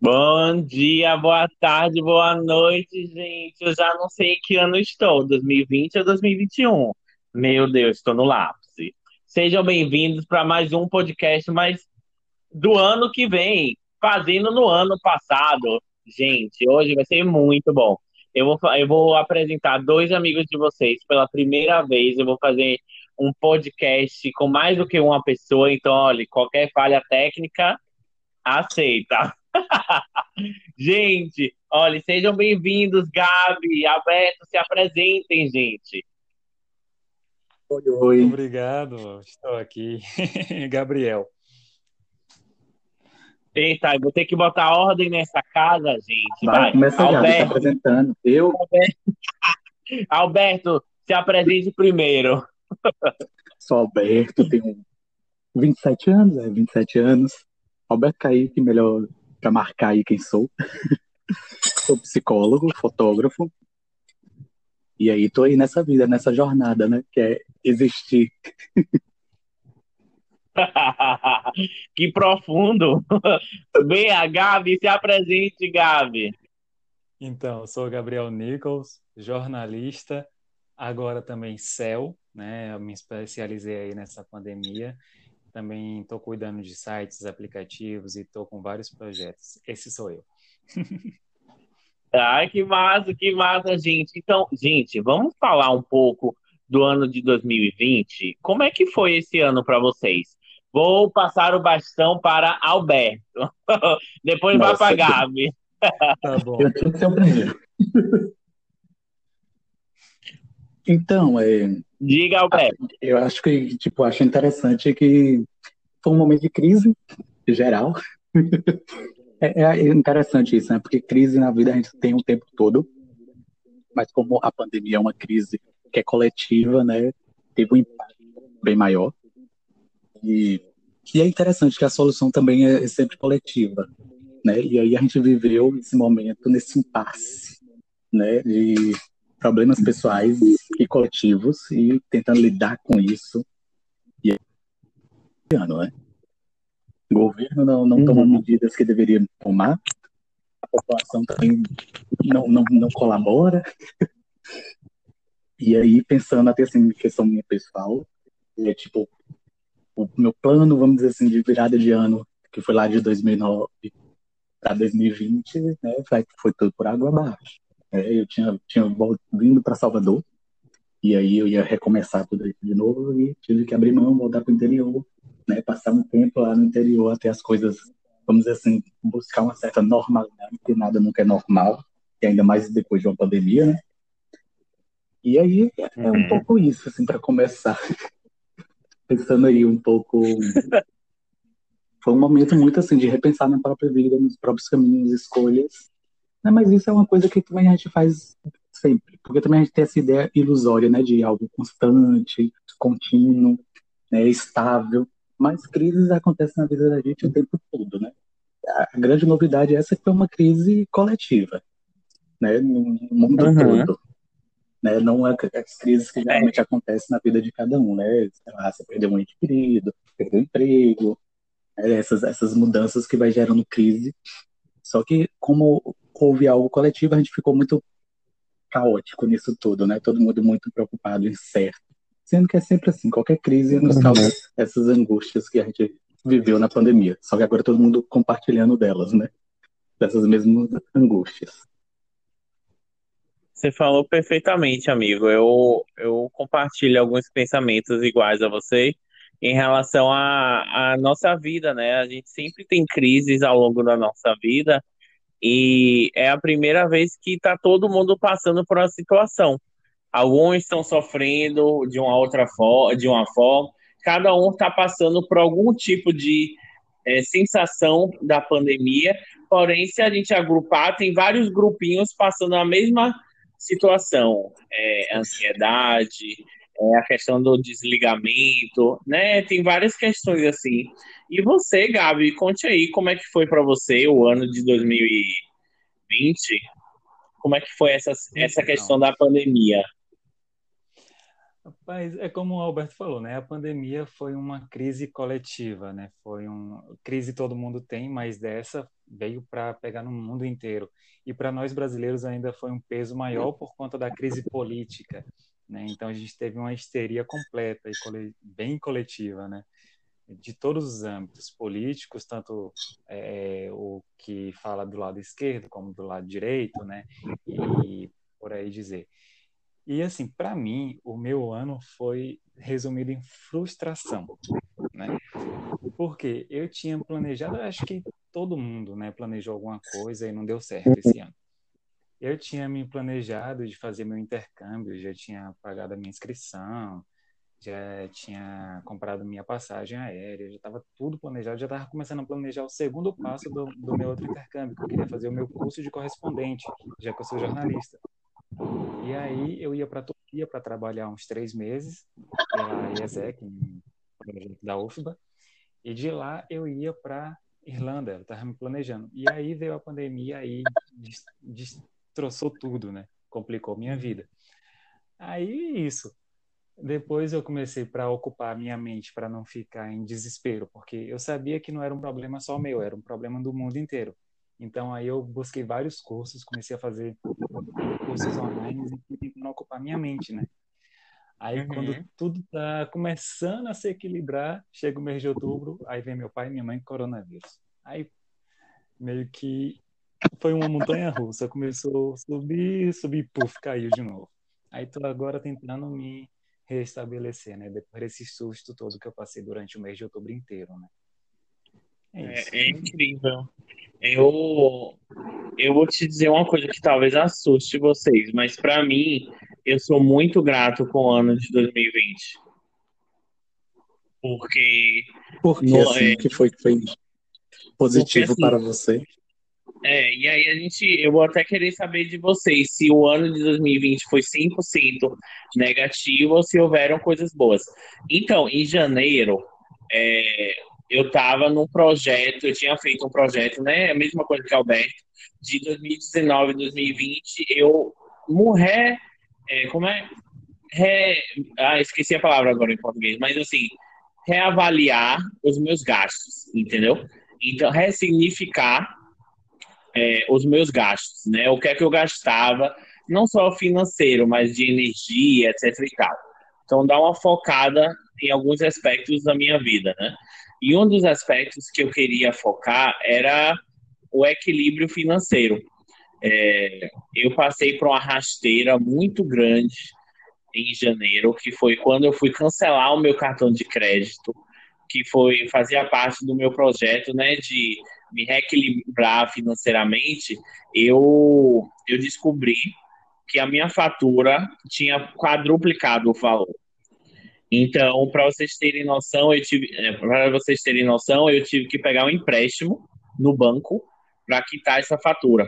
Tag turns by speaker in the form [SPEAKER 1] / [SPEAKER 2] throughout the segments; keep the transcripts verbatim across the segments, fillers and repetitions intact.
[SPEAKER 1] Bom dia, boa tarde, boa noite, gente. Eu já não sei em que ano estou, dois mil e vinte ou dois mil e vinte e um. Meu Deus, estou no lápis. Sejam bem-vindos para mais um podcast, mas do ano que vem, fazendo no ano passado. Gente, hoje vai ser muito bom. Eu vou, fa- eu vou apresentar dois amigos de vocês pela primeira vez. Eu vou fazer um podcast com mais do que uma pessoa, então, olha, qualquer falha técnica, aceita. Gente, olha, sejam bem-vindos, Gabi, Alberto, se apresentem, gente.
[SPEAKER 2] Oi, oi.
[SPEAKER 3] Obrigado, estou aqui. Gabriel.
[SPEAKER 1] Eita, eu vou ter que botar ordem nessa casa, gente.
[SPEAKER 2] Vai,
[SPEAKER 1] Vai,
[SPEAKER 2] começa já, se
[SPEAKER 1] Alberto,
[SPEAKER 2] apresentando. Eu
[SPEAKER 1] Alberto, se apresente primeiro.
[SPEAKER 2] sou Alberto, tenho vinte e sete anos, é, vinte e sete anos. Alberto Kaique, melhor para marcar aí quem sou. Sou psicólogo, fotógrafo, e aí tô aí nessa vida, nessa jornada, né? Que é existir.
[SPEAKER 1] Que profundo. Bem, a Gabi, se apresente, Gabi.
[SPEAKER 3] Então, eu sou Gabriel Nichols, jornalista, agora também C E O, né? Eu me especializei aí nessa pandemia. Também estou cuidando de sites, aplicativos e estou com vários projetos. Esse sou eu.
[SPEAKER 1] Ai, que massa, que massa, gente. Então, gente, vamos falar um pouco do ano de dois mil e vinte. Como é que foi esse ano para vocês? Vou passar o bastão para Alberto. Depois vai para
[SPEAKER 2] Nossa,
[SPEAKER 1] Gabi.
[SPEAKER 3] Tá bom.
[SPEAKER 2] eu tinha que ser o primeiro. Então, é,
[SPEAKER 1] Diga,
[SPEAKER 2] a-
[SPEAKER 1] Alberto.
[SPEAKER 2] eu acho que, tipo, acho interessante que foi um momento de crise geral. É, é interessante isso, né? Porque crise na vida a gente tem o tempo todo. Mas como a pandemia é uma crise que é coletiva, né, teve um impacto bem maior. E, e é interessante que a solução também é, é sempre coletiva, né? E aí a gente viveu esse momento, nesse impasse, né, de problemas pessoais e coletivos e tentando lidar com isso. E é esse ano, né? O governo não, não tomou
[SPEAKER 1] Uhum.
[SPEAKER 2] medidas que deveria tomar, a população também não, não, não colabora. E aí, pensando até assim, em questão minha pessoal, é tipo, o meu plano, vamos dizer assim, de virada de ano, que foi lá de dois mil e nove para dois mil e vinte, né, foi, foi tudo por água abaixo. É, eu tinha, tinha vol- vindo para Salvador, e aí eu ia recomeçar tudo isso de novo, e tive que abrir mão, voltar para o interior, né, passar um tempo lá no interior até as coisas, vamos dizer assim, buscar uma certa normalidade, porque nada nunca é normal, e ainda mais depois de uma pandemia, né? E aí é é um
[SPEAKER 1] Uhum.
[SPEAKER 2] pouco isso, assim, para começar, pensando aí um pouco. Foi um momento muito assim de repensar na própria vida, nos próprios caminhos, escolhas. Né? Mas isso é uma coisa que também a gente faz sempre, porque também a gente tem essa ideia ilusória, né, de algo constante, contínuo, né, estável. Mas crises acontecem na vida da gente o tempo todo, né? A grande novidade é essa que foi uma crise coletiva, né, no mundo
[SPEAKER 1] Uhum.
[SPEAKER 2] todo. Né? Não é as crises que
[SPEAKER 1] É,
[SPEAKER 2] geralmente acontecem na vida de cada um, né? Sei lá, você perdeu um ente querido, perdeu o emprego, né? essas, essas mudanças que vai gerando crise. Só que, como houve algo coletivo, a gente ficou muito caótico nisso tudo, né? Todo mundo muito preocupado, incerto. Sendo que é sempre assim, qualquer crise nos causa
[SPEAKER 1] uhum.
[SPEAKER 2] essas angústias que a gente viveu na pandemia. Só que agora todo mundo compartilhando delas, né? Dessas mesmas angústias.
[SPEAKER 1] Você falou perfeitamente, amigo. Eu, eu compartilho alguns pensamentos iguais a você em relação à, à nossa vida, né? A gente sempre tem crises ao longo da nossa vida e é a primeira vez que está todo mundo passando por uma situação. Alguns estão sofrendo de uma outra forma, de uma forma. Cada um está passando por algum tipo de é, sensação da pandemia. Porém, se a gente agrupar, tem vários grupinhos passando a mesma situação. É, ansiedade, é, a questão do desligamento, né? Tem várias questões assim. E você, Gabi, conte aí como é que foi para você o ano de dois mil e vinte? Como é que foi essa, essa questão
[SPEAKER 3] Então,
[SPEAKER 1] da pandemia?
[SPEAKER 3] Rapaz, é como o Alberto falou, né? A pandemia foi uma crise coletiva, né? Foi uma crise todo mundo tem, mas dessa veio para pegar no mundo inteiro. E para nós brasileiros ainda foi um peso maior por conta da crise política, né? Então a gente teve uma histeria completa e cole- bem coletiva, né? De todos os âmbitos políticos, tanto é, o que fala do lado esquerdo como do lado direito, né? E por aí dizer. E assim, para mim, o meu ano foi resumido em frustração, né? Porque eu tinha planejado, acho que todo mundo, né, planejou alguma coisa e não deu certo esse ano. Eu tinha me planejado de fazer meu intercâmbio, já tinha pagado a minha inscrição, já tinha comprado minha passagem aérea, já estava tudo planejado, já estava começando a planejar o segundo passo do, do meu outro intercâmbio, que eu queria fazer o meu curso de correspondente, já que eu sou jornalista. E aí eu ia para a Turquia para trabalhar uns três meses pela I E S E C, um projeto da U F B A, e de lá eu ia para Irlanda, eu estava me planejando. E aí veio a pandemia e des- destroçou tudo, né? Complicou minha vida. Aí isso. Depois eu comecei para ocupar a minha mente para não ficar em desespero, porque eu sabia que não era um problema só meu, era um problema do mundo inteiro. Então aí eu busquei vários cursos, comecei a fazer cursos online e fui tentando ocupar minha mente, né? Aí quando
[SPEAKER 1] Uhum.
[SPEAKER 3] tudo tá começando a se equilibrar, chega o mês de outubro, aí vem meu pai e minha mãe com coronavírus. Aí meio que foi uma montanha russa, começou a subir, subir, puf, caiu de novo. Aí tô agora tentando me restabelecer, né? Depois desse susto todo que eu passei durante o mês de outubro inteiro, né? É isso.
[SPEAKER 1] É, é incrível. Eu, eu vou te dizer uma coisa que talvez assuste vocês, mas para mim, eu sou muito grato com o ano de dois mil e vinte, porque
[SPEAKER 2] Porque
[SPEAKER 1] no,
[SPEAKER 2] assim,
[SPEAKER 1] é,
[SPEAKER 2] o que foi que foi
[SPEAKER 1] porque
[SPEAKER 2] positivo
[SPEAKER 1] assim,
[SPEAKER 2] para você?
[SPEAKER 1] é, e aí a gente, eu vou até querer saber de vocês se o ano de dois mil e vinte foi cem por cento negativo ou se houveram coisas boas. Então, em janeiro, é, eu estava num projeto, eu tinha feito um projeto, né? A mesma coisa que o Alberto, de dois mil e dezenove e dois mil e vinte, eu morrer, é, como é? Re, ah, esqueci a palavra agora em português, mas assim, reavaliar os meus gastos, entendeu? Então, ressignificar é, os meus gastos, né? O que é que eu gastava, não só financeiro, mas de energia, etc e tal. Então, dá uma focada em alguns aspectos da minha vida, né? E um dos aspectos que eu queria focar era o equilíbrio financeiro. É, eu passei por uma rasteira muito grande em janeiro, que foi quando eu fui cancelar o meu cartão de crédito, que foi fazia parte do meu projeto, né, de me reequilibrar financeiramente. Eu eu descobri que a minha fatura tinha quadruplicado o valor. Então, para vocês terem noção, eu tive, para vocês terem noção, eu tive que pegar um empréstimo no banco para quitar essa fatura.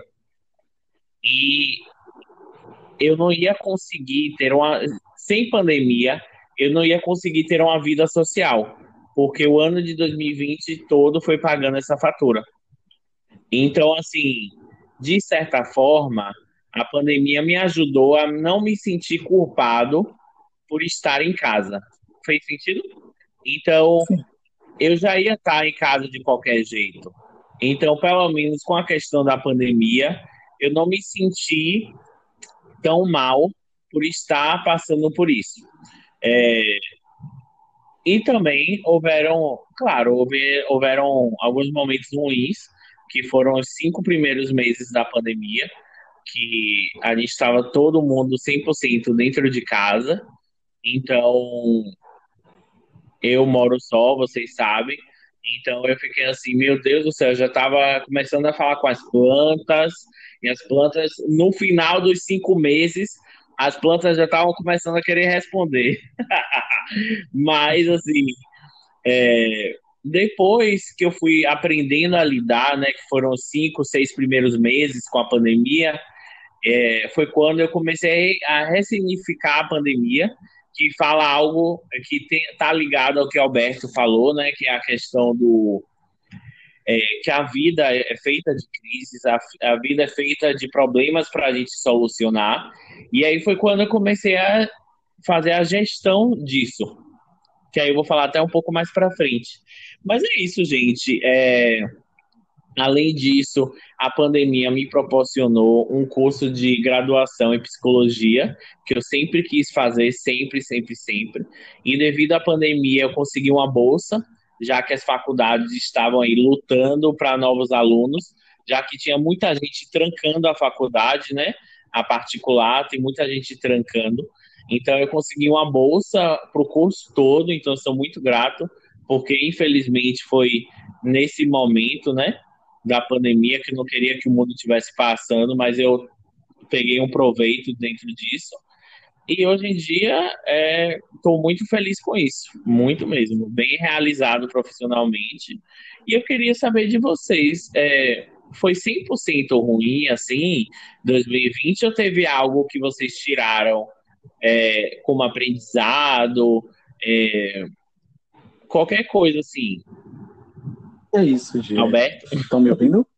[SPEAKER 1] E eu não ia conseguir ter uma. Sem pandemia, eu não ia conseguir ter uma vida social, porque o ano de dois mil e vinte todo foi pagando essa fatura. Então, assim, de certa forma, a pandemia me ajudou a não me sentir culpado por estar em casa. Fez sentido? Então,
[SPEAKER 2] Sim.
[SPEAKER 1] eu já ia estar em casa de qualquer jeito. Então, pelo menos com a questão da pandemia, eu não me senti tão mal por estar passando por isso. É, e também houveram, claro, houve, houveram alguns momentos ruins, que foram os cinco primeiros meses da pandemia, que a gente estava todo mundo cem por cento dentro de casa. Então, eu moro só, vocês sabem. Então, eu fiquei assim, meu Deus do céu, eu já estava começando a falar com as plantas, e as plantas, no final dos cinco meses, as plantas já estavam começando a querer responder. Mas, assim, é, depois que eu fui aprendendo a lidar, né, que foram os cinco, seis primeiros meses com a pandemia, é, foi quando eu comecei a ressignificar a pandemia, que fala algo que está ligado ao que o Alberto falou, né, que é a questão do é, que a vida é feita de crises, a, a vida é feita de problemas para a gente solucionar. E aí foi quando eu comecei a fazer a gestão disso, que aí eu vou falar até um pouco mais para frente. Mas é isso, gente. É, além disso, a pandemia me proporcionou um curso de graduação em psicologia, que eu sempre quis fazer, sempre, sempre, sempre. E devido à pandemia, eu consegui uma bolsa, já que as faculdades estavam aí lutando para novos alunos, já que tinha muita gente trancando a faculdade, né? A particular, tem muita gente trancando. Então, eu consegui uma bolsa para o curso todo, então eu sou muito grato, porque infelizmente foi nesse momento, né? Da pandemia, que não queria que o mundo tivesse passando, mas eu peguei um proveito dentro disso. E hoje em dia estou é, muito feliz com isso, muito mesmo, bem realizado profissionalmente. E eu queria saber de vocês, é, foi cem por cento ruim assim, dois mil e vinte, ou teve algo que vocês tiraram é, como aprendizado, é, qualquer coisa assim,
[SPEAKER 2] É isso, Gê.
[SPEAKER 1] Alberto?
[SPEAKER 2] Estão me ouvindo?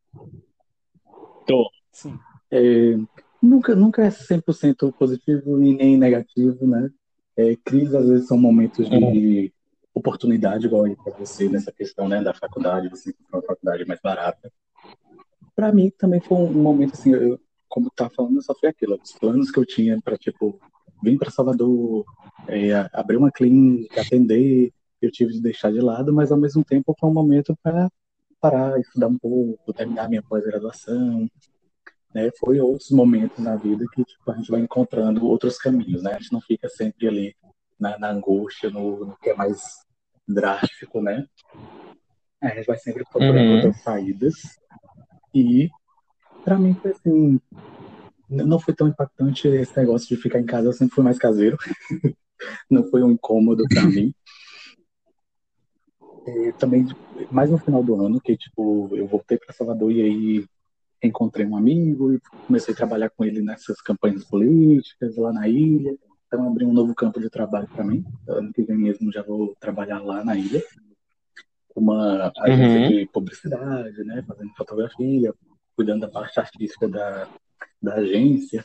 [SPEAKER 1] Tô.
[SPEAKER 3] Sim.
[SPEAKER 2] É, nunca, nunca é cem por cento positivo e nem negativo, né? É, crises, às vezes, são momentos
[SPEAKER 1] Uhum.
[SPEAKER 2] de oportunidade, igual aí para você, nessa questão, né, da faculdade, você encontrou uma faculdade mais barata. Para mim, também foi um momento, assim, eu, como eu estava falando, só foi aquilo. Os planos que eu tinha para, tipo, vir para Salvador, é, abrir uma clínica, atender, eu tive de deixar de lado, mas, ao mesmo tempo, foi um momento para parar, estudar um pouco, terminar minha pós-graduação, né? Foi outros momentos na vida que tipo, a gente vai encontrando outros caminhos, né? A gente não fica sempre ali na, na angústia, no, no que é mais drástico, né? A gente vai sempre procurando
[SPEAKER 1] Uhum.
[SPEAKER 2] outras saídas. E para mim foi assim, não foi tão impactante esse negócio de ficar em casa, eu sempre fui mais caseiro, não foi um incômodo para mim. E também mais no final do ano que tipo eu voltei para Salvador e aí encontrei um amigo e comecei a trabalhar com ele nessas campanhas políticas lá na ilha. Então, abri um novo campo de trabalho para mim. Ano que vem mesmo já vou trabalhar lá na ilha, com uma agência
[SPEAKER 1] Uhum.
[SPEAKER 2] de publicidade, né, fazendo fotografia, cuidando da parte artística da, da agência.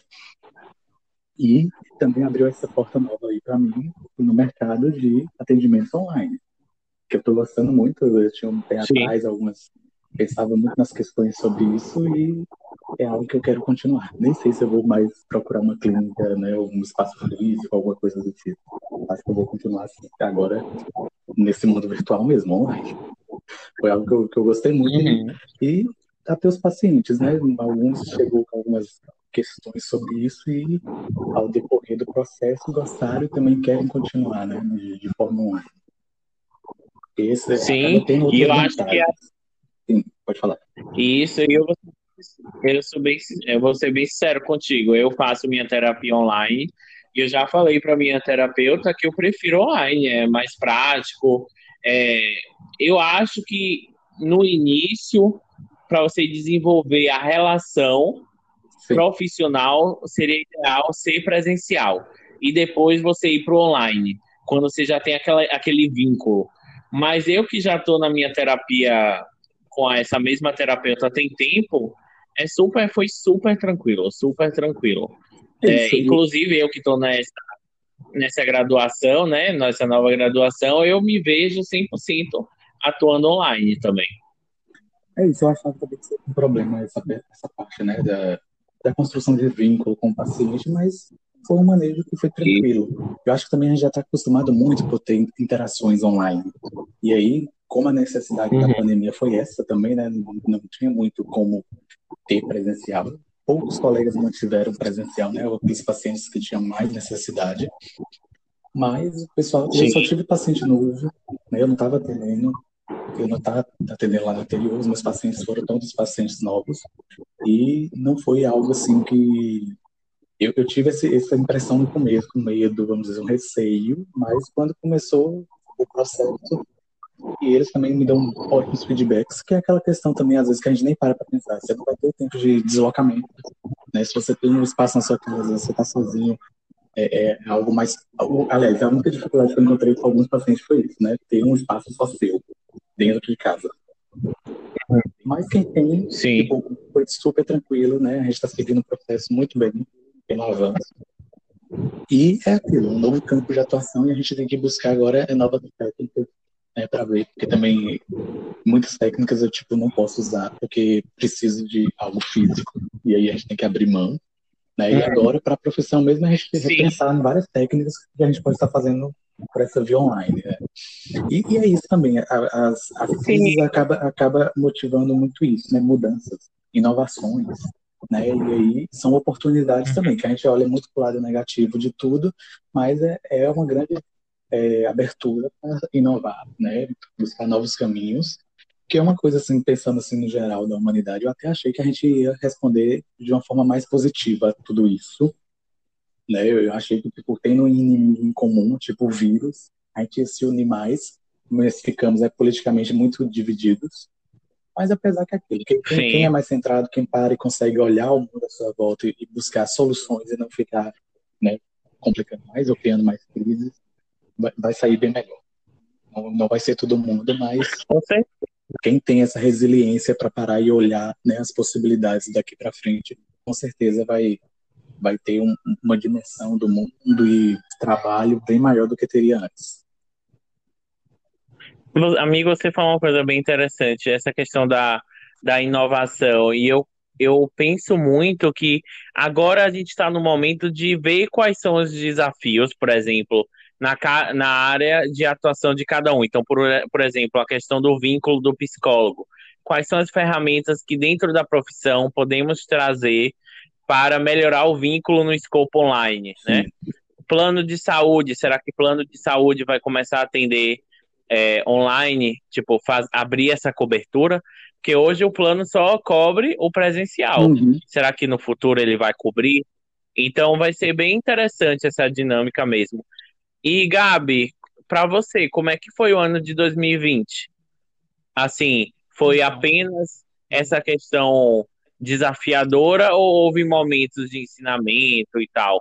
[SPEAKER 2] E também abriu essa porta nova aí para mim no mercado de atendimentos online, que eu estou gostando muito. Eu tinha um pé
[SPEAKER 1] Sim.
[SPEAKER 2] atrás, algumas pensava muito nas questões sobre isso e é algo que eu quero continuar. Nem sei se eu vou mais procurar uma clínica, né, um espaço físico, alguma coisa do tipo. Acho que eu vou continuar assim, agora nesse mundo virtual mesmo, online. Foi algo que eu, que eu gostei muito e,
[SPEAKER 1] Uhum.
[SPEAKER 2] e até os pacientes, né? Alguns chegou com algumas questões sobre isso e ao decorrer do processo gostaram e também querem continuar, né, de, de forma online. Esse acaba
[SPEAKER 1] Sim,
[SPEAKER 2] tendo
[SPEAKER 1] e
[SPEAKER 2] outras
[SPEAKER 1] eu acho que é
[SPEAKER 2] vantagens. Sim, pode falar.
[SPEAKER 1] isso, e eu, vou- eu sou bem, eu vou ser bem sincero contigo. Eu faço minha terapia online e eu já falei para minha terapeuta que eu prefiro online, é mais prático. É, eu acho que no início, para você desenvolver a relação
[SPEAKER 2] Sim.
[SPEAKER 1] profissional, seria ideal ser presencial e depois você ir para o online, quando você já tem aquela, aquele vínculo. Mas eu que já estou na minha terapia com essa mesma terapeuta tem tempo, é super, foi super tranquilo, super tranquilo.
[SPEAKER 2] É
[SPEAKER 1] É,
[SPEAKER 2] isso. E
[SPEAKER 1] inclusive, eu que estou nessa, nessa graduação, né, nessa nova graduação, eu me vejo cem por cento atuando online também.
[SPEAKER 2] é isso, eu achava também que seria um problema essa, essa parte, né, da, da construção de vínculo com o paciente, mas foi um manejo que foi
[SPEAKER 1] E,
[SPEAKER 2] tranquilo. Eu acho que também a gente já está acostumado muito por ter interações online. E aí, como a necessidade da
[SPEAKER 1] uhum,
[SPEAKER 2] pandemia foi essa também, né, não, não tinha muito como ter presencial. Poucos colegas mantiveram presencial, né, aqueles pacientes que tinham mais necessidade, mas o pessoal, eu só
[SPEAKER 1] sim,
[SPEAKER 2] tive paciente novo, né, eu não estava atendendo, eu não estava atendendo lá no anterior, os meus pacientes foram todos pacientes novos, e não foi algo assim que. Eu, eu tive esse, essa impressão no começo, com medo, vamos dizer, um receio, mas quando começou o processo, e eles também me dão ótimos feedbacks, que é aquela questão também, às vezes, que a gente nem para para pensar. Você não vai ter tempo de deslocamento, né? Se você tem um espaço na sua casa, você está sozinho, é, é algo mais. Aliás, a única dificuldade que eu encontrei com alguns pacientes foi isso, né? Ter um espaço só seu, dentro de casa. Mas quem tem,
[SPEAKER 1] sim.
[SPEAKER 2] tipo, foi super tranquilo, né? A gente está seguindo o processo muito bem, pelo avanço. E é aquilo, um novo campo de atuação e a gente tem que buscar agora novas técnicas, né, para ver, porque também muitas técnicas eu tipo não posso usar porque preciso de algo físico e aí a gente tem que abrir mão, né? E
[SPEAKER 1] Hum,
[SPEAKER 2] agora para a profissão mesmo a gente tem que
[SPEAKER 1] sim,
[SPEAKER 2] repensar em várias técnicas que a gente pode estar fazendo por essa via online, né? E, e é isso também, a, as, a
[SPEAKER 1] sim,
[SPEAKER 2] crise acaba, acaba motivando muito isso, né? Mudanças, inovações, né? E aí são oportunidades também, que a gente olha muito para o lado negativo de tudo, mas é, é uma grande é, abertura para inovar, né? Buscar novos caminhos, que é uma coisa assim, pensando assim no geral da humanidade, eu até achei que a gente ia responder de uma forma mais positiva a tudo isso, né? Eu achei que tipo, tendo um inimigo em comum, tipo o vírus, a gente ia se unir mais, mas ficamos é, politicamente muito divididos. Mas apesar que é aquilo, quem, quem, quem é
[SPEAKER 1] sim.
[SPEAKER 2] mais centrado, quem para e consegue olhar o mundo à sua volta e, e buscar soluções e não ficar, né, complicando mais ou criando mais crises, vai, vai sair bem melhor. Não, não vai ser todo mundo, mas
[SPEAKER 1] Com cer-
[SPEAKER 2] quem tem essa resiliência para parar e olhar, né, as possibilidades daqui para frente, com certeza vai, vai ter um, uma dimensão do mundo e trabalho bem maior do que teria antes.
[SPEAKER 1] Amigo, você falou uma coisa bem interessante, essa questão da, da inovação. E eu, eu penso muito que agora a gente está no momento de ver quais são os desafios, por exemplo, na, ca- na área de atuação de cada um. Então, por, por exemplo, a questão do vínculo do psicólogo. Quais são as ferramentas que dentro da profissão podemos trazer para melhorar o vínculo no escopo online, né?
[SPEAKER 2] Sim.
[SPEAKER 1] Plano de saúde, será que plano de saúde vai começar a atender é, online, tipo, faz, abrir essa cobertura? Porque hoje o plano só cobre o presencial.
[SPEAKER 2] Uhum.
[SPEAKER 1] Será que no futuro ele vai cobrir? Então vai ser bem interessante essa dinâmica mesmo. E Gabi, para você, como é que foi o ano de dois mil e vinte? Assim, foi
[SPEAKER 3] Então,
[SPEAKER 1] apenas essa questão desafiadora ou houve momentos de ensinamento e tal?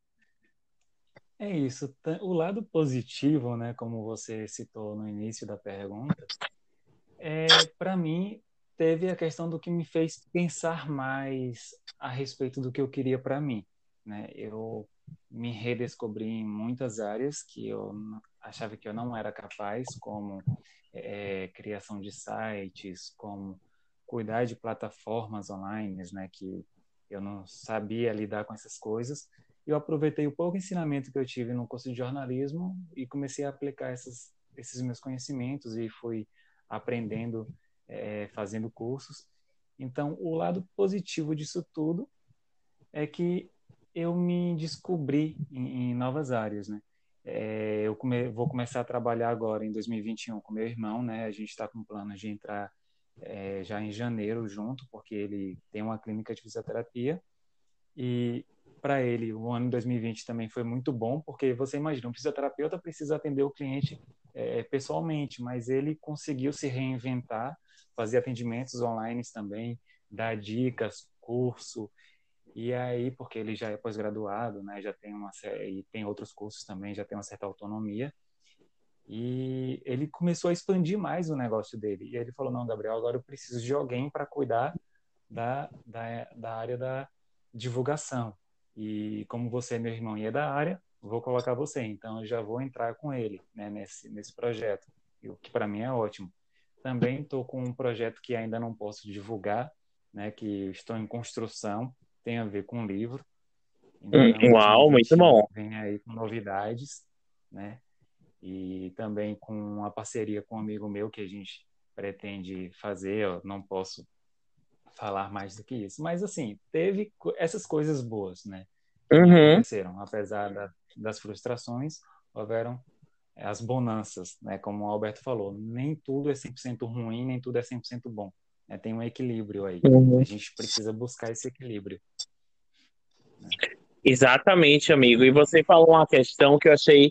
[SPEAKER 3] é isso. Tá- O lado positivo, né, como você citou no início da pergunta, é, para mim, teve a questão do que me fez pensar mais a respeito do que eu queria para mim, né? Eu me redescobri em muitas áreas que eu n- achava que eu não era capaz, como é, criação de sites, como cuidar de plataformas online, né? Que eu não sabia lidar com essas coisas. Eu aproveitei o pouco ensinamento que eu tive no curso de jornalismo e comecei a aplicar essas, esses meus conhecimentos e fui aprendendo, é, fazendo cursos. Então, o lado positivo disso tudo é que eu me descobri em, em novas áreas, né? É, eu come, vou começar a trabalhar agora em dois mil e vinte e um com meu irmão, né? A gente está com planos de entrar é, já em janeiro junto, porque ele tem uma clínica de fisioterapia e para ele o ano de dois mil e vinte também foi muito bom, porque você imagina, um fisioterapeuta precisa atender o cliente é, pessoalmente, mas ele conseguiu se reinventar, fazer atendimentos online também, dar dicas, curso, e aí, porque ele já é pós-graduado, né, já tem uma e tem outros cursos também, já tem uma certa autonomia, e ele começou a expandir mais o negócio dele. E aí ele falou: não, Gabriel, agora eu preciso de alguém para cuidar da, da, da área da divulgação. E como você é meu irmão e é da área, vou colocar você. Então eu já vou entrar com ele, né, nesse, nesse projeto, o que para mim é ótimo. Também estou com um projeto que ainda não posso divulgar, né, que estou em construção, tem a ver com um livro.
[SPEAKER 1] Hum,
[SPEAKER 3] Então,
[SPEAKER 1] Uau, muito
[SPEAKER 3] dois mil e vinte e um
[SPEAKER 1] bom.
[SPEAKER 3] vem aí com novidades, né? E também com uma parceria com um amigo meu que a gente pretende fazer. Eu não posso falar mais do que isso, mas assim, teve essas coisas boas, né, que me
[SPEAKER 1] Uhum.
[SPEAKER 3] aconteceram, apesar da, das frustrações, houveram as bonanças, né, como o Alberto falou, nem tudo é cem por cento ruim, nem tudo é cem por cento bom, né, tem um equilíbrio aí, a
[SPEAKER 1] Uhum.
[SPEAKER 3] gente precisa buscar esse equilíbrio, né?
[SPEAKER 1] Exatamente, amigo. E você falou uma questão que eu achei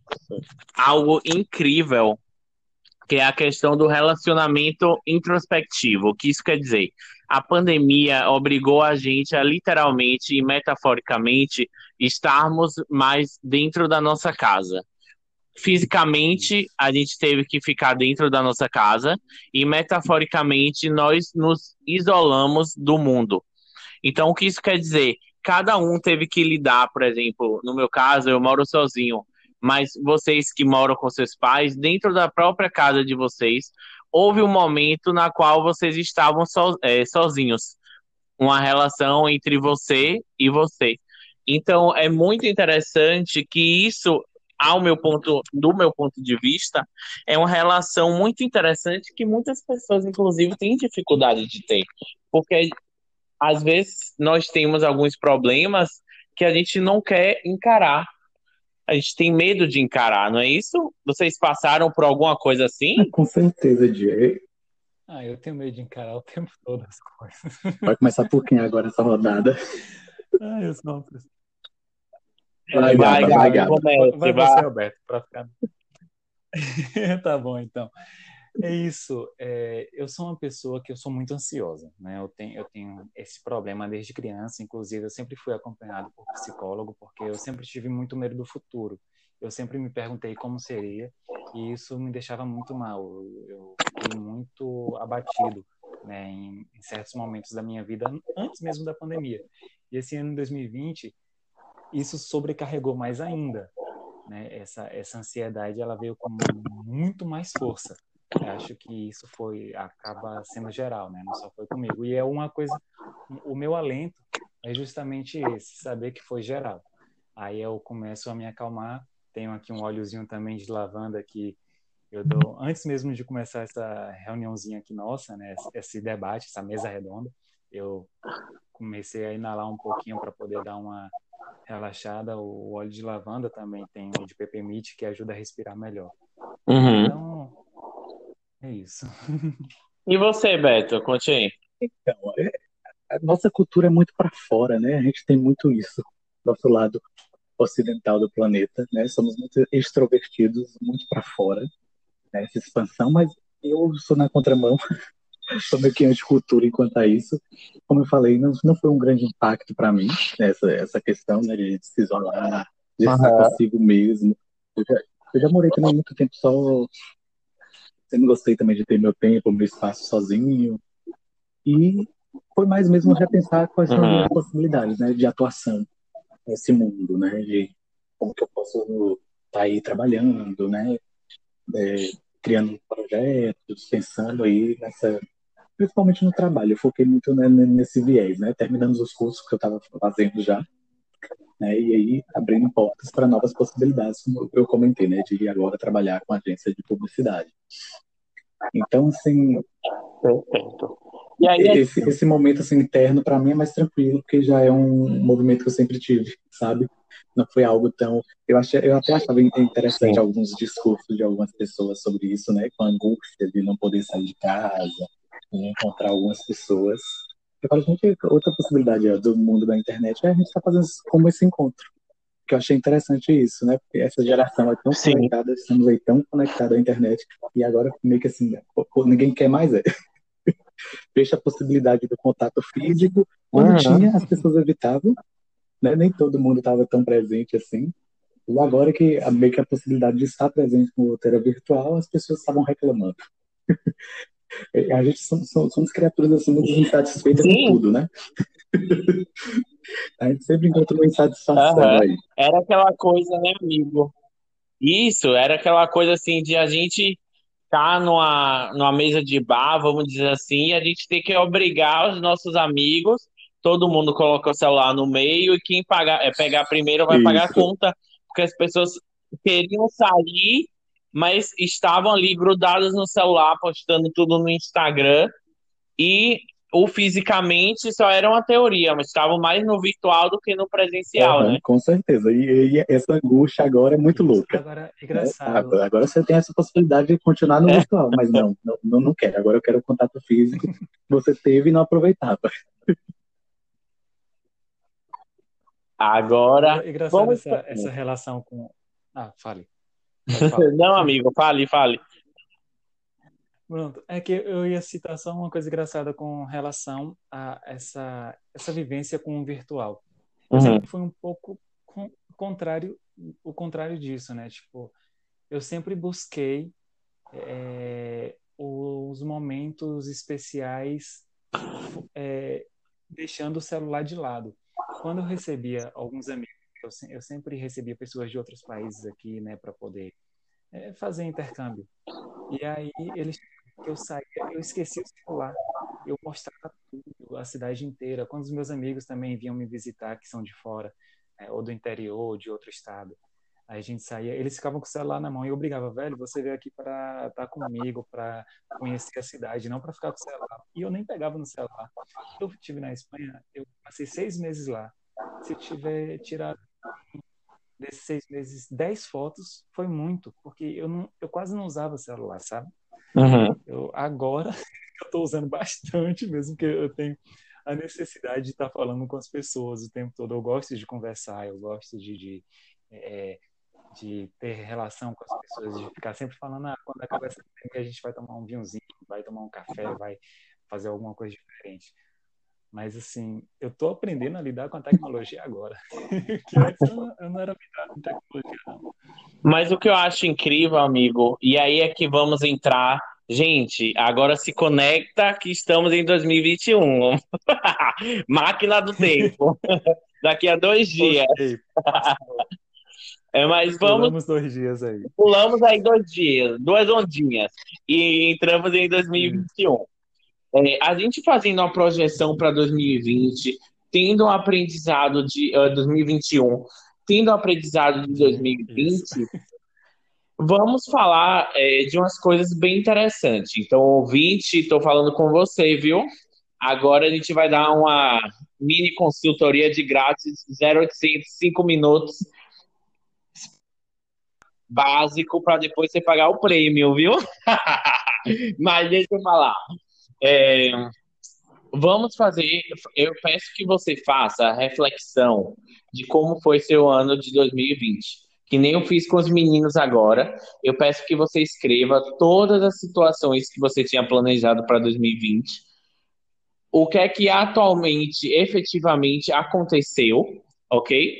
[SPEAKER 1] algo incrível, que é a questão do relacionamento introspectivo. O que isso quer dizer? A pandemia obrigou a gente a literalmente e metaforicamente estarmos mais dentro da nossa casa. Fisicamente,
[SPEAKER 3] Isso.
[SPEAKER 1] a gente teve que ficar dentro da nossa casa e metaforicamente nós nos isolamos do mundo. Então, o que isso quer dizer? cada um teve que lidar, por exemplo, no meu caso, eu moro sozinho, mas vocês que moram com seus pais, dentro da própria casa de vocês, houve um momento na qual vocês estavam so, é, sozinhos, uma relação entre você e você. Então, é muito interessante que isso, ao meu ponto, do meu ponto de vista, é uma relação muito interessante que muitas pessoas, inclusive, têm dificuldade de ter. Porque às vezes nós temos alguns problemas que a gente não quer encarar. A gente tem medo de encarar, não é isso? Vocês passaram por alguma coisa
[SPEAKER 2] Ah,
[SPEAKER 1] assim?
[SPEAKER 2] com certeza, Diego.
[SPEAKER 3] Ah, eu tenho medo de encarar o tempo todo as coisas.
[SPEAKER 2] Vai começar por quem agora essa rodada?
[SPEAKER 3] Ah, eu sou uma pessoa-
[SPEAKER 2] Vai,
[SPEAKER 3] É,
[SPEAKER 1] Vai,
[SPEAKER 2] Gaba, vai,
[SPEAKER 3] vai,
[SPEAKER 1] Gabi,
[SPEAKER 2] Gaba.
[SPEAKER 3] vai
[SPEAKER 1] comece,
[SPEAKER 3] você,
[SPEAKER 1] vai.
[SPEAKER 3] Alberto, para ficar. Tá bom, então. É isso. É, eu sou uma pessoa que eu sou muito ansiosa, né? Eu tenho, eu tenho esse problema desde criança. Inclusive, eu sempre fui acompanhado por psicólogo, porque eu sempre tive muito medo do futuro. Eu sempre me perguntei como seria, e isso me deixava muito mal. Eu, eu fiquei muito abatido, né, em, em certos momentos da minha vida, antes mesmo da pandemia. E esse ano dois mil e vinte, isso sobrecarregou mais ainda, né? Essa essa ansiedade, ela veio com muito mais força. Eu acho que isso foi acaba sendo geral, né? Não só foi comigo. E é uma coisa, o meu alento é justamente esse, saber que foi geral. Aí eu começo a me acalmar. Tenho aqui um óleozinho também de lavanda que eu dou antes mesmo de começar essa reuniãozinha aqui nossa, né? Esse debate, essa mesa redonda, eu comecei a inalar um pouquinho para poder dar uma relaxada. O óleo de lavanda também tem o de peppermint que ajuda a respirar melhor.
[SPEAKER 1] Uhum.
[SPEAKER 3] Então, é isso.
[SPEAKER 1] E você, Beto? Conte aí.
[SPEAKER 2] Então, é- a nossa cultura é muito para fora, né? A gente tem muito isso. Nosso lado ocidental do planeta, né? Somos muito extrovertidos, muito para fora, né? Essa expansão, mas eu sou na contramão, sou meio que anticultura enquanto a isso. Como eu falei, não, não foi um grande impacto para mim, né? essa, essa questão, né, de se isolar, de estar
[SPEAKER 1] Aham.
[SPEAKER 2] consigo mesmo. Eu já, eu já morei também muito tempo só, sempre gostei também de ter meu tempo, meu espaço sozinho. E foi mais mesmo repensar quais são as
[SPEAKER 1] Uhum.
[SPEAKER 2] minhas possibilidades, né, de atuação nesse mundo, né, de como que eu posso estar aí trabalhando, né, é, criando projetos, pensando aí nessa, principalmente no trabalho. Eu foquei muito, né, nesse viés, né, terminando os cursos que eu estava fazendo já, né, e aí abrindo portas para novas possibilidades, como eu comentei, né, de agora trabalhar com agência de publicidade. Então, assim,
[SPEAKER 1] Perfeito. E aí,
[SPEAKER 2] esse, esse momento assim, interno, para mim, é mais tranquilo, porque já é um movimento que eu sempre tive, sabe? Não foi algo tão. Eu, achei, eu até achava interessante
[SPEAKER 1] sim.
[SPEAKER 2] alguns discursos de algumas pessoas sobre isso, né? Com a angústia de não poder sair de casa, de encontrar algumas pessoas. Eu falo, gente, outra possibilidade ó, do mundo da internet é a gente estar tá fazendo como esse encontro. Que eu achei interessante isso, né? Porque essa geração é tão
[SPEAKER 1] Sim.
[SPEAKER 2] conectada, estamos aí tão conectados à internet, e agora meio que assim, pô, ninguém quer mais, é. Fecha a possibilidade do contato físico. Quando
[SPEAKER 1] Uhum.
[SPEAKER 2] tinha, as pessoas evitavam, né? Nem todo mundo estava tão presente assim. E agora que a, meio que a possibilidade de estar presente com o outro era virtual, as pessoas estavam reclamando. E a gente somos, somos criaturas assim, muito insatisfeitas com
[SPEAKER 1] Sim.
[SPEAKER 2] tudo, né? A gente sempre encontra uma insatisfação
[SPEAKER 1] Aham.
[SPEAKER 2] aí.
[SPEAKER 1] Era aquela coisa, né, amigo? Isso, era aquela coisa assim de a gente estar numa, numa mesa de bar, vamos dizer assim, e a gente ter que obrigar os nossos amigos, todo mundo coloca o celular no meio e quem pagar, é, pegar primeiro vai pagar a
[SPEAKER 2] Isso.
[SPEAKER 1] conta, porque as pessoas queriam sair, mas estavam ali grudadas no celular, postando tudo no Instagram, e o fisicamente só era uma teoria, mas estavam mais no virtual do que no presencial,
[SPEAKER 2] Uhum,
[SPEAKER 1] né?
[SPEAKER 2] com certeza. E, e essa angústia agora é muito
[SPEAKER 3] Isso.
[SPEAKER 2] louca.
[SPEAKER 3] Agora, é
[SPEAKER 2] Né? Ah,
[SPEAKER 3] engraçado.
[SPEAKER 2] agora você tem essa possibilidade de continuar no virtual, mas não, não, não não quero. Agora eu quero o contato físico que você teve e não aproveitava.
[SPEAKER 1] Agora,
[SPEAKER 3] Agora, é engraçado
[SPEAKER 1] vamos.
[SPEAKER 3] essa, essa relação com. Ah, fale. Pode falar.
[SPEAKER 1] Não, amigo, fale, fale.
[SPEAKER 3] Pronto. É que eu ia citar só uma coisa engraçada com relação a essa, essa vivência com o virtual. Eu
[SPEAKER 1] Uhum.
[SPEAKER 3] sempre fui um pouco con- contrário, o contrário disso, né? Tipo, eu sempre busquei é, os momentos especiais, é, deixando o celular de lado. quando eu recebia alguns amigos, eu, se- eu sempre recebia pessoas de outros países aqui, né, para poder é, fazer intercâmbio. E aí eles que eu saía, eu esqueci o celular. Eu mostrava tudo, a cidade inteira. Quando os meus amigos também vinham me visitar, que são de fora, né, ou do interior, ou de outro estado. Aí a gente saía, eles ficavam com o celular na mão e eu brigava, velho, você veio aqui para estar comigo, para conhecer a cidade, não para ficar com o celular. E eu nem pegava no celular. Eu estive na Espanha, eu passei seis meses lá. Se eu tiver tirado desses seis meses dez fotos, foi muito, porque eu, não, eu quase não usava celular, sabe?
[SPEAKER 1] Uhum.
[SPEAKER 3] Eu, agora eu estou usando bastante, mesmo que eu tenho a necessidade de estar falando com as pessoas o tempo todo. Eu gosto de conversar, eu gosto de, de, é, de ter relação com as pessoas, de ficar sempre falando, ah, quando acabar essa pandemia, a gente vai tomar um vinhozinho, vai tomar um café, vai fazer alguma coisa diferente. Mas, assim, eu estou aprendendo a lidar com a tecnologia agora. Que antes eu não, eu não era vidrado em tecnologia, não.
[SPEAKER 1] Mas o que eu acho incrível, amigo, e aí é que vamos entrar. Gente, agora se conecta que estamos em dois mil e vinte e um. Máquina do tempo. Daqui a dois dias.
[SPEAKER 3] Ok,
[SPEAKER 1] É, mas vamos,
[SPEAKER 3] pulamos dois dias aí.
[SPEAKER 1] pulamos aí dois dias, duas ondinhas, e entramos em dois mil e vinte e um. É, a gente fazendo uma projeção para dois mil e vinte, tendo um aprendizado de uh, dois mil e vinte e um, tendo um aprendizado de
[SPEAKER 3] De, isso.
[SPEAKER 1] dois mil e vinte. Vamos falar é, de umas coisas bem interessantes. Então, ouvinte, estou falando com você, viu? Agora a gente vai dar uma mini consultoria de grátis, zero oitocentos, cinco minutos, básico, para depois você pagar o prêmio, viu? Mas deixa eu falar. É, vamos fazer. Eu peço que você faça a reflexão de como foi seu ano de dois mil e vinte. Que nem eu fiz com os meninos agora. Eu peço que você escreva todas as situações que você tinha planejado para dois mil e vinte. O que é que atualmente, efetivamente aconteceu, ok?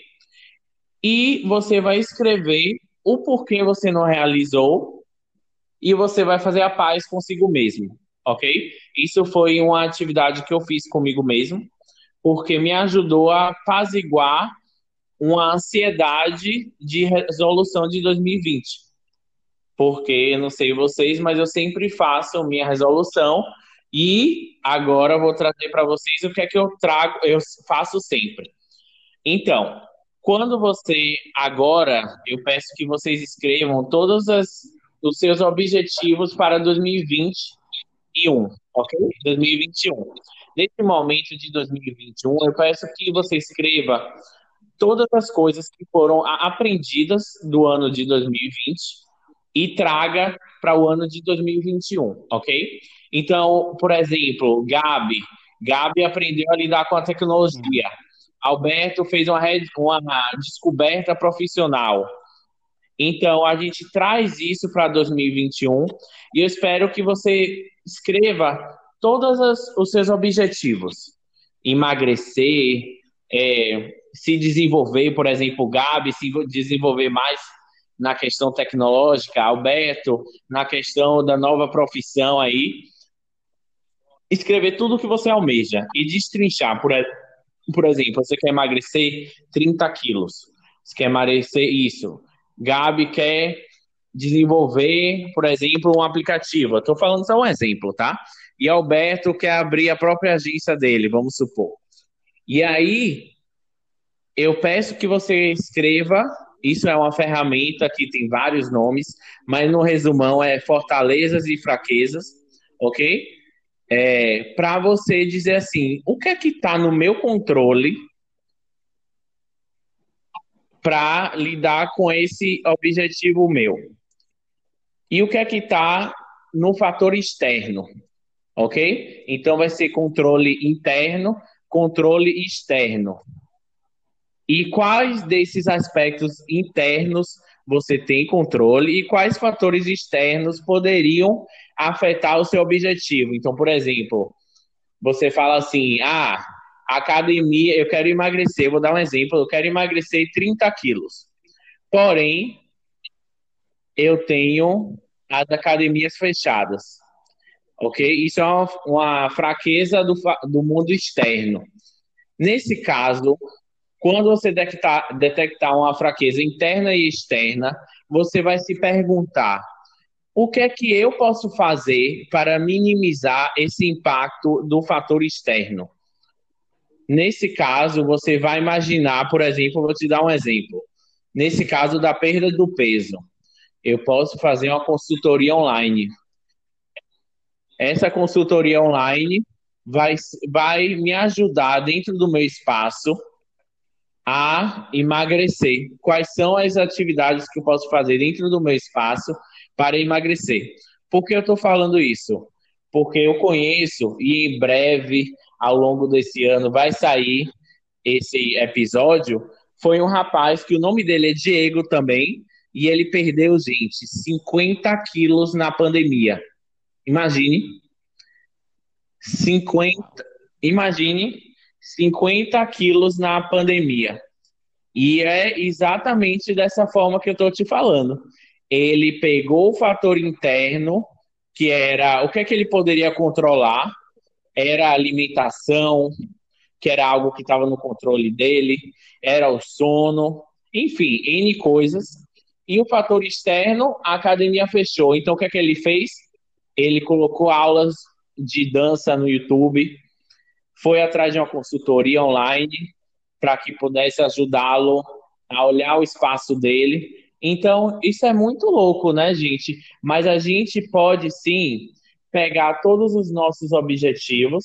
[SPEAKER 1] E você vai escrever o porquê você não realizou e você vai fazer a paz consigo mesmo, ok? Isso foi uma atividade que eu fiz comigo mesmo, porque me ajudou a apaziguar uma ansiedade de resolução de dois mil e vinte. Porque, eu não sei vocês, mas eu sempre faço minha resolução e agora eu vou trazer para vocês o que é que eu trago, eu faço sempre. Então, quando você agora, eu peço que vocês escrevam todos as, os seus objetivos para dois mil e vinte e um, ok? dois mil e vinte e um. Nesse momento de dois mil e vinte e um, eu peço que você escreva todas as coisas que foram aprendidas do ano de dois mil e vinte e traga para o ano de dois mil e vinte e um, ok? Então, por exemplo, Gabi, Gabi aprendeu a lidar com a
[SPEAKER 3] Hum.
[SPEAKER 1] tecnologia. Alberto fez uma, uma descoberta profissional. Então, a gente traz isso para dois mil e vinte e um e eu espero que você escreva todos os, os seus objetivos. Emagrecer, é, se desenvolver, por exemplo, Gabi, se desenvolver mais na questão tecnológica, Alberto, na questão da nova profissão aí. Escrever tudo o que você almeja e destrinchar, por, por exemplo, você quer emagrecer trinta quilos, você quer emagrecer isso. Gabi quer desenvolver, por exemplo, um aplicativo. Estou falando só um exemplo, tá? E Alberto quer abrir a própria agência dele, vamos supor. E aí, eu peço que você escreva. Isso é uma ferramenta que tem vários nomes, mas no resumão é fortalezas e fraquezas, ok? É, para você dizer assim, o que é que está no meu controle para lidar com esse objetivo meu? E o que é que está no fator externo, ok? Então vai ser controle interno, controle externo. E quais desses aspectos internos você tem controle e quais fatores externos poderiam afetar o seu objetivo? Então, por exemplo, você fala assim, ah, academia, eu quero emagrecer, vou dar um exemplo, eu quero emagrecer trinta quilos. Porém, eu tenho as academias fechadas, ok? Isso é uma, uma fraqueza do, do mundo externo. Nesse caso, Quando você detectar, detectar uma fraqueza interna e externa, você vai se perguntar: o que é que eu posso fazer para minimizar esse impacto do fator externo? Nesse caso, você vai imaginar, por exemplo, vou te dar um exemplo. Nesse caso da perda do peso, eu posso fazer uma consultoria online. Essa consultoria online vai, vai me ajudar dentro do meu espaço a emagrecer. Quais são as atividades que eu posso fazer dentro do meu espaço para emagrecer? Por que eu estou falando isso? Porque eu conheço e em breve, ao longo desse ano, vai sair esse episódio. Foi um rapaz que o nome dele é Diego também, e ele perdeu, gente, cinquenta quilos na pandemia. Imagine, cinquenta, imagine cinquenta quilos na pandemia. E é exatamente dessa forma que eu estou te falando. Ele pegou o fator interno, que era o que é que ele poderia controlar, era a alimentação, que era algo que estava no controle dele, era o sono, enfim, N coisas. E o fator externo, a academia fechou. Então, o que é que ele fez? Ele colocou aulas de dança no YouTube, foi atrás de uma consultoria online para que pudesse ajudá-lo a olhar o espaço dele. Então, isso é muito louco, né, gente? Mas a gente pode sim pegar todos os nossos objetivos,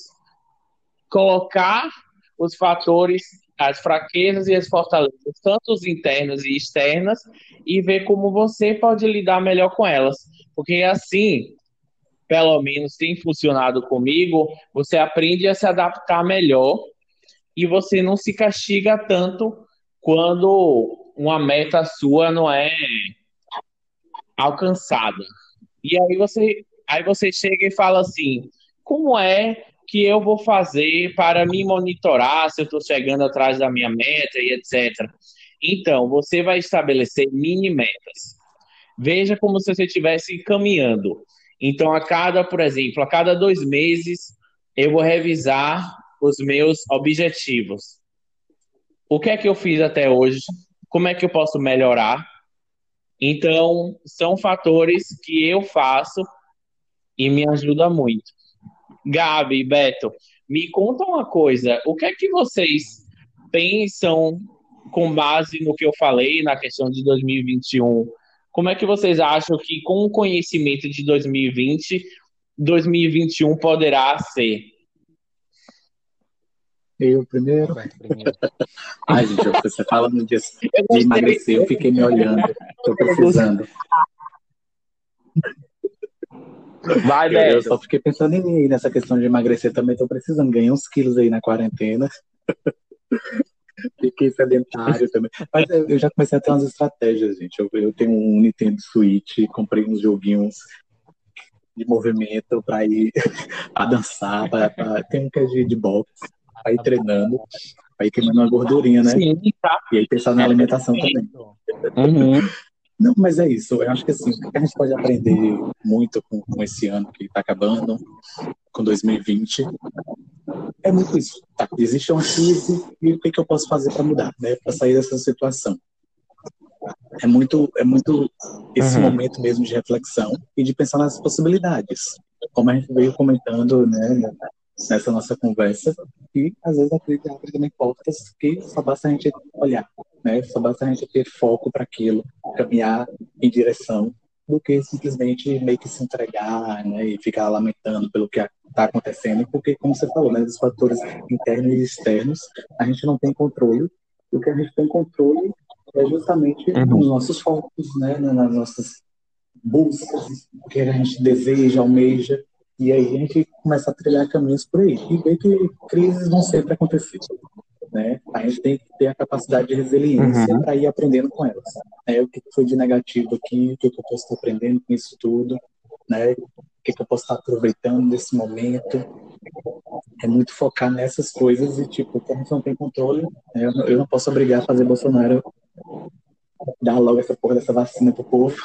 [SPEAKER 1] colocar os fatores, as fraquezas e as fortalezas, tanto os internas e externas, e ver como você pode lidar melhor com elas. Porque assim, pelo menos tem funcionado comigo, você aprende a se adaptar melhor e você não se castiga tanto quando uma meta sua não é alcançada. E aí você, aí você chega e fala assim: como é que eu vou fazer para me monitorar se eu estou chegando atrás da minha meta e etcétera. Então, você vai estabelecer mini metas. Veja como se você estivesse caminhando. Então, a cada, por exemplo, a cada dois meses, eu vou revisar os meus objetivos. O que é que eu fiz até hoje? Como é que eu posso melhorar? Então, são fatores que eu faço e me ajuda muito. Gabi, Beto, me conta uma coisa. O que é que vocês pensam com base no que eu falei na questão de dois mil e vinte e um? Como é que vocês acham que, com o conhecimento de dois mil e vinte, dois mil e vinte e um poderá ser?
[SPEAKER 2] Eu primeiro.
[SPEAKER 3] Roberto, primeiro.
[SPEAKER 2] Ai, gente, você falando de,
[SPEAKER 1] Eu
[SPEAKER 2] de
[SPEAKER 1] gostei.
[SPEAKER 2] emagrecer, eu fiquei me olhando. Tô precisando.
[SPEAKER 1] Vai,
[SPEAKER 2] Eu, eu
[SPEAKER 1] Beto.
[SPEAKER 2] só fiquei pensando em mim nessa questão de emagrecer também. Tô precisando ganhar uns quilos aí na quarentena. Fiquei sedentário também. Mas eu, eu já comecei a ter umas estratégias, gente. Eu, eu tenho um Nintendo Switch, comprei uns joguinhos de movimento para ir a dançar, pra, pra, tem um que é de, de boxe, para ir treinando, para ir queimando uma gordurinha, né?
[SPEAKER 1] Sim, tá.
[SPEAKER 2] E aí pensar na alimentação também.
[SPEAKER 1] Uhum.
[SPEAKER 2] Não, mas é isso. Eu acho que assim, o que a gente pode aprender muito com, com esse ano que está acabando, com dois mil e vinte, é muito isso. Tá? Existe uma crise e o que, que eu posso fazer para mudar, né? Para sair dessa situação. É muito, é muito esse
[SPEAKER 1] Uhum.
[SPEAKER 2] momento mesmo de reflexão e de pensar nas possibilidades. Como a gente veio comentando, né, nessa nossa conversa, e às vezes a crise abre também portas que só basta a gente olhar, né? Só basta a gente ter foco para aquilo, caminhar em direção, do que simplesmente meio que se entregar, né, e ficar lamentando pelo que está acontecendo, porque, como você falou, né, dos fatores internos e externos, a gente não tem controle, e o que a gente tem controle é justamente
[SPEAKER 1] Uhum.
[SPEAKER 2] nos nossos focos, né, nas nossas buscas, o que a gente deseja, almeja, e aí a gente começa a trilhar caminhos por aí, e ver que crises vão sempre acontecer, né? A gente tem que ter a capacidade de resiliência
[SPEAKER 1] Uhum.
[SPEAKER 2] para ir aprendendo com elas. É, o que foi de negativo aqui, o que eu posso estar aprendendo com isso tudo, né? O que eu posso estar aproveitando nesse momento. É muito focar nessas coisas e, tipo, como a gente não tem controle, né? eu, não, eu não posso obrigar a fazer Bolsonaro dar logo essa porra dessa vacina pro povo.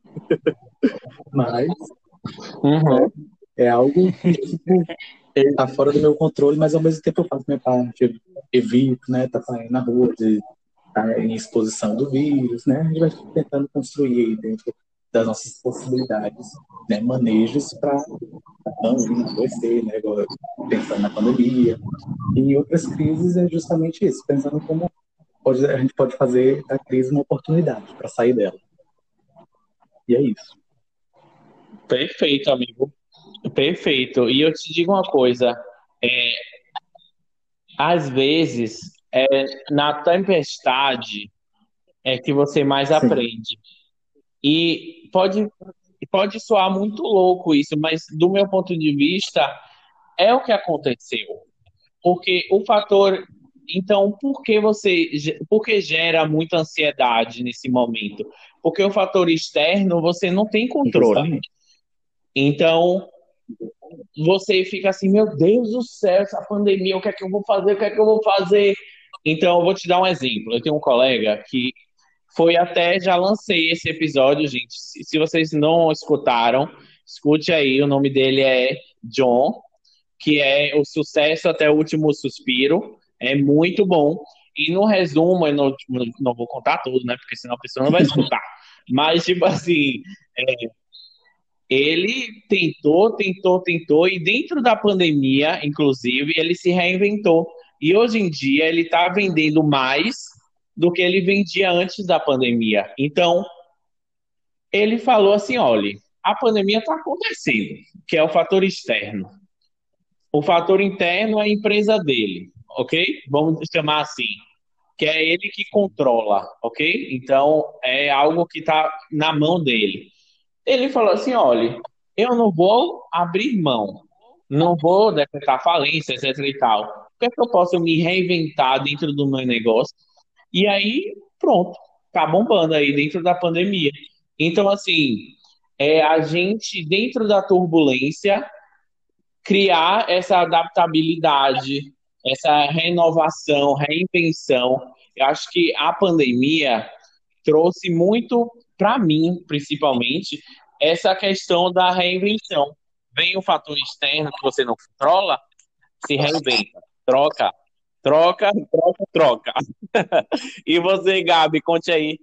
[SPEAKER 2] Mas
[SPEAKER 1] Uhum.
[SPEAKER 2] é algo que, tipo, tá fora do meu controle, mas ao mesmo tempo eu faço minha parte. evito, né, tá saindo na rua, de estar em exposição do vírus, né? A gente vai tentando construir aí dentro das nossas possibilidades, né, manejos para não vir adoecer, né, agora, pensando na pandemia. E outras crises é justamente isso, pensando como pode, a gente pode fazer da crise uma oportunidade para sair dela. E é isso.
[SPEAKER 1] Perfeito, amigo. Perfeito. E eu te digo uma coisa, é, às vezes, é, na tempestade é que você mais
[SPEAKER 2] Sim,
[SPEAKER 1] aprende. E pode, pode soar muito louco isso, mas do meu ponto de vista, é o que aconteceu. Porque o fator. Então, por que você. Por que gera muita ansiedade nesse momento? Porque o fator externo você não tem controle.
[SPEAKER 2] justamente.
[SPEAKER 1] Então, você fica assim, meu Deus do céu, essa pandemia, o que é que eu vou fazer? O que é que eu vou fazer? Então, eu vou te dar um exemplo. Eu tenho um colega que foi até, já lancei esse episódio, gente. Se, se vocês não escutaram, escute aí. O nome dele é John, que é o sucesso até o último suspiro. É muito bom. E no resumo, eu não, não vou contar tudo, né? Porque senão a pessoa não vai escutar. Mas, tipo assim, ele tentou, tentou, tentou, e dentro da pandemia, inclusive, ele se reinventou. E hoje em dia ele está vendendo mais do que ele vendia antes da pandemia. Então, ele falou assim: olha, a pandemia está acontecendo, que é o fator externo. O fator interno é a empresa dele, ok? Vamos chamar assim, que é ele que controla, ok? Então, é algo que está na mão dele. Ele falou assim: olha, eu não vou abrir mão, não vou decretar falência, etc e tal. O que é que eu posso me reinventar dentro do meu negócio? E aí, pronto, tá bombando aí dentro da pandemia. Então, assim, é a gente, dentro da turbulência, criar essa adaptabilidade, essa renovação, reinvenção. Eu acho que a pandemia trouxe muito, para mim, principalmente, essa questão da reinvenção. Vem o fator externo que você não controla, se reinventa, troca, troca, troca, troca. E você, Gabi, conte aí.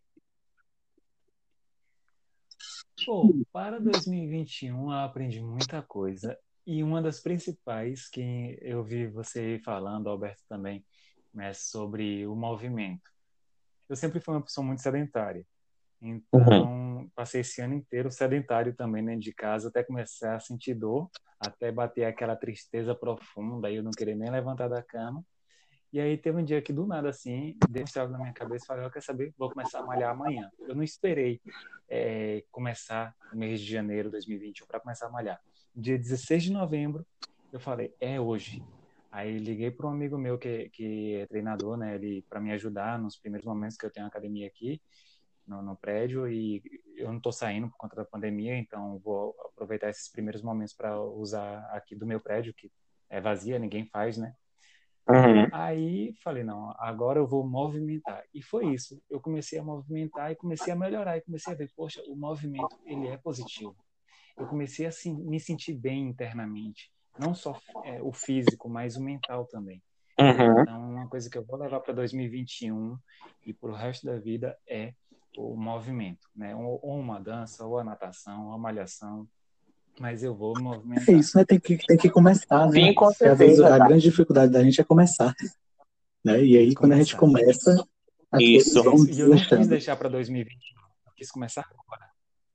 [SPEAKER 3] Bom, para dois mil e vinte e um eu aprendi muita coisa e uma das principais que eu vi você falando, Alberto também, né, sobre o movimento. Eu sempre fui uma pessoa muito sedentária,
[SPEAKER 1] Uhum.
[SPEAKER 3] então passei esse ano inteiro sedentário também dentro de casa até começar a sentir dor, até bater aquela tristeza profunda e eu não querer nem levantar da cama. E aí teve um dia que do nada assim, deu um estralo na minha cabeça e falei, eu quero saber, vou começar a malhar amanhã. Eu não esperei é, começar no mês de janeiro de dois mil e vinte e um para começar a malhar. Dia dezesseis de novembro, eu falei, é hoje. Aí liguei para um amigo meu que, que é treinador, né, ele para me ajudar nos primeiros momentos que eu tenho academia aqui no, no prédio e eu não estou saindo por conta da pandemia, então vou aproveitar esses primeiros momentos para usar aqui do meu prédio que é vazia, ninguém faz, né?
[SPEAKER 1] Uhum.
[SPEAKER 3] Aí falei, não, agora eu vou movimentar. E foi isso. Eu comecei a movimentar e comecei a melhorar. E comecei a ver, poxa, o movimento, ele é positivo. Eu comecei a assim, me sentir bem internamente. Não só é, o físico, mas o mental também.
[SPEAKER 1] Uhum.
[SPEAKER 3] Então, uma coisa que eu vou levar para dois mil e vinte e um e para o resto da vida é o movimento. Né? Ou, ou uma dança, ou a natação, ou a malhação. Mas eu vou
[SPEAKER 2] É
[SPEAKER 3] movimentar.
[SPEAKER 2] isso, né? Tem que, tem que começar, né?
[SPEAKER 1] Sim, com
[SPEAKER 2] Porque às vezes
[SPEAKER 1] certeza,
[SPEAKER 2] a
[SPEAKER 1] Gabi.
[SPEAKER 2] grande dificuldade da gente é começar, né? E aí, quando a gente
[SPEAKER 3] Começar.
[SPEAKER 2] começa, as coisas
[SPEAKER 1] Isso,
[SPEAKER 2] vão
[SPEAKER 3] Isso. E eu não quis
[SPEAKER 2] desleixando.
[SPEAKER 3] deixar para dois mil e vinte e um. Eu quis começar agora.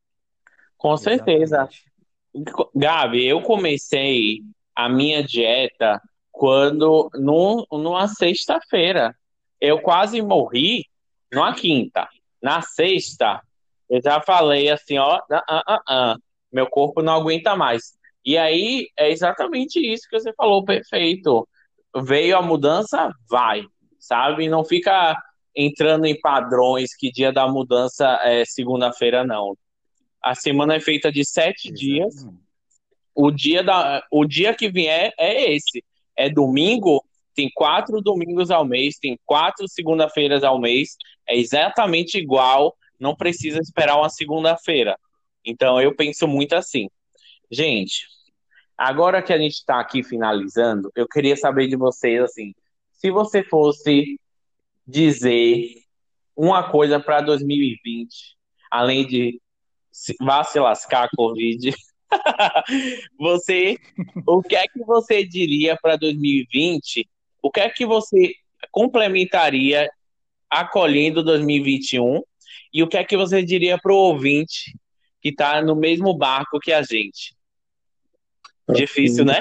[SPEAKER 1] com certeza.
[SPEAKER 3] Exatamente.
[SPEAKER 1] Gabi, eu comecei a minha dieta quando, num, numa sexta-feira. Eu quase morri numa quinta. Na sexta, eu já falei assim, ó, ah, ah, ah, ah, meu corpo não aguenta mais. E aí, é exatamente isso que você falou, perfeito. Veio a mudança, vai, sabe? Não fica entrando em padrões que dia da mudança é segunda-feira, não. A semana é feita de sete dias.
[SPEAKER 3] Exatamente.
[SPEAKER 1] O dia, da, o dia que vier é esse. É domingo, tem quatro domingos ao mês, tem quatro segunda-feiras ao mês. É exatamente igual, não precisa esperar uma segunda-feira. Então eu penso muito assim. Gente, agora que a gente está aqui finalizando, eu queria saber de vocês assim, se você fosse dizer uma coisa para dois mil e vinte, além de se- vá se lascar, Covid, você, o que é que você diria para dois mil e vinte? O que é que você complementaria acolhendo dois mil e vinte e um? E o que é que você diria para o ouvinte que está no mesmo barco que a gente? Difícil,
[SPEAKER 2] Profundo.
[SPEAKER 1] né?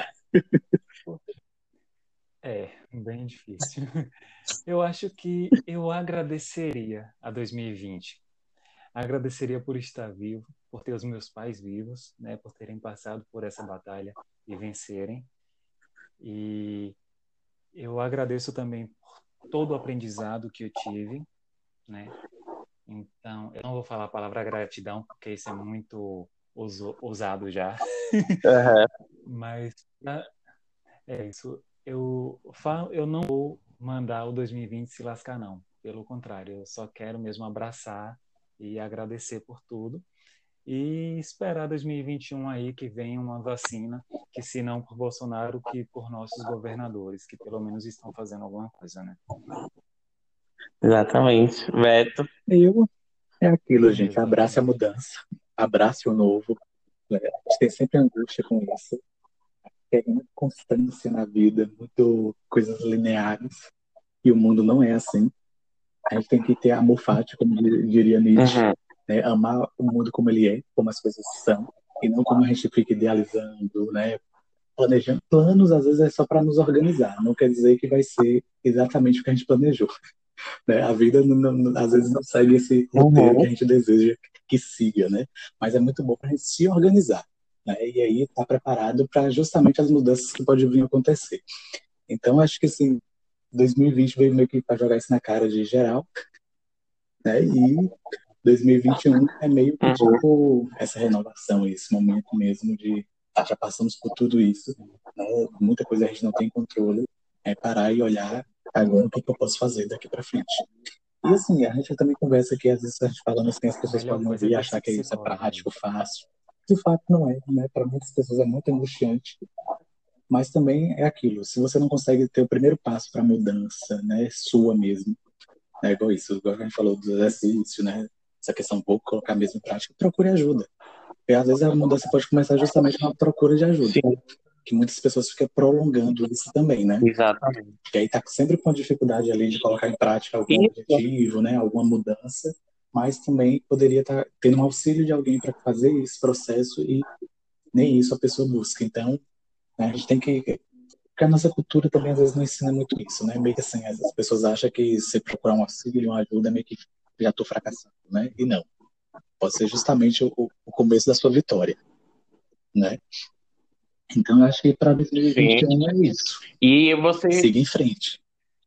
[SPEAKER 3] É, bem difícil. Eu acho que eu agradeceria a dois mil e vinte. Agradeceria por estar vivo, por ter os meus pais vivos, né, por terem passado por essa batalha e vencerem. E eu agradeço também por todo o aprendizado que eu tive, né? Então, eu não vou falar a palavra gratidão, porque isso é muito uso- usado já,
[SPEAKER 1] Aham.
[SPEAKER 3] mas ah, é isso. Eu falo, eu não vou mandar o dois mil e vinte se lascar, não. Pelo contrário, eu só quero mesmo abraçar e agradecer por tudo. E esperar dois mil e vinte e um aí que venha uma vacina, que se não por Bolsonaro, que por nossos governadores, que pelo menos estão fazendo alguma coisa, né?
[SPEAKER 1] Exatamente. Beto.
[SPEAKER 2] Eu, é aquilo, gente. Abrace a
[SPEAKER 3] Exatamente.
[SPEAKER 2] mudança. Abrace o novo. Né? A gente tem sempre angústia com isso. Tem muita constância na vida, muito coisas lineares. E o mundo não é assim. A gente tem que ter amor fati, como diria Nietzsche,
[SPEAKER 1] Uhum.
[SPEAKER 2] né? Amar o mundo como ele é, como as coisas são, e não como a gente fica idealizando, né? Planejando planos, às vezes é só para nos organizar, não quer dizer que vai ser exatamente o que a gente planejou, né? A vida não, não, às vezes não segue esse roteiro que
[SPEAKER 1] Uhum.
[SPEAKER 2] a gente deseja que siga, né? Mas é muito bom para a gente se organizar, né? E aí estar tá preparado para justamente as mudanças que podem vir a acontecer. Então, acho que assim, dois mil e vinte veio meio que para jogar isso na cara de geral, né? E dois mil e vinte e um é meio que
[SPEAKER 1] Uhum.
[SPEAKER 2] tipo essa renovação, esse momento mesmo de ah, já passamos por tudo isso, né? Muita coisa a gente não tem controle, é parar e olhar agora o que, que eu posso fazer daqui para frente. E assim, a gente também conversa aqui, às vezes a gente falando assim, as
[SPEAKER 3] A
[SPEAKER 2] pessoas
[SPEAKER 3] melhor
[SPEAKER 2] podem
[SPEAKER 3] coisa é
[SPEAKER 2] ouvir e
[SPEAKER 3] ter
[SPEAKER 2] achar
[SPEAKER 3] esse
[SPEAKER 2] que isso é
[SPEAKER 3] psicólogo aí.
[SPEAKER 2] prático, fácil. De fato não é, né? Para muitas pessoas é muito angustiante, mas também é aquilo, se você não consegue ter o primeiro passo para a mudança, né, sua mesmo, é igual isso, igual a gente falou do exercício, né? Essa questão um pouco, colocar mesmo em prática, procure ajuda. E às vezes a mudança pode começar justamente na procura de ajuda.
[SPEAKER 1] Sim,
[SPEAKER 2] Que muitas pessoas ficam prolongando isso também, né?
[SPEAKER 1] exatamente.
[SPEAKER 2] Que aí tá sempre com dificuldade ali de colocar em prática algum
[SPEAKER 1] Isso.
[SPEAKER 2] objetivo, né? Alguma mudança, mas também poderia estar tendo um auxílio de alguém para fazer esse processo e nem isso a pessoa busca. Então, né, a gente tem que porque a nossa cultura também às vezes não ensina muito isso, né? Meio que assim, as pessoas acham que se procurar um auxílio, uma ajuda, meio que já estou fracassando, né? E não. Pode ser justamente o, o começo da sua vitória, né? Então, eu acho que para
[SPEAKER 1] Sim.
[SPEAKER 2] dois mil e vinte e um é isso.
[SPEAKER 1] E você,
[SPEAKER 2] Siga em frente.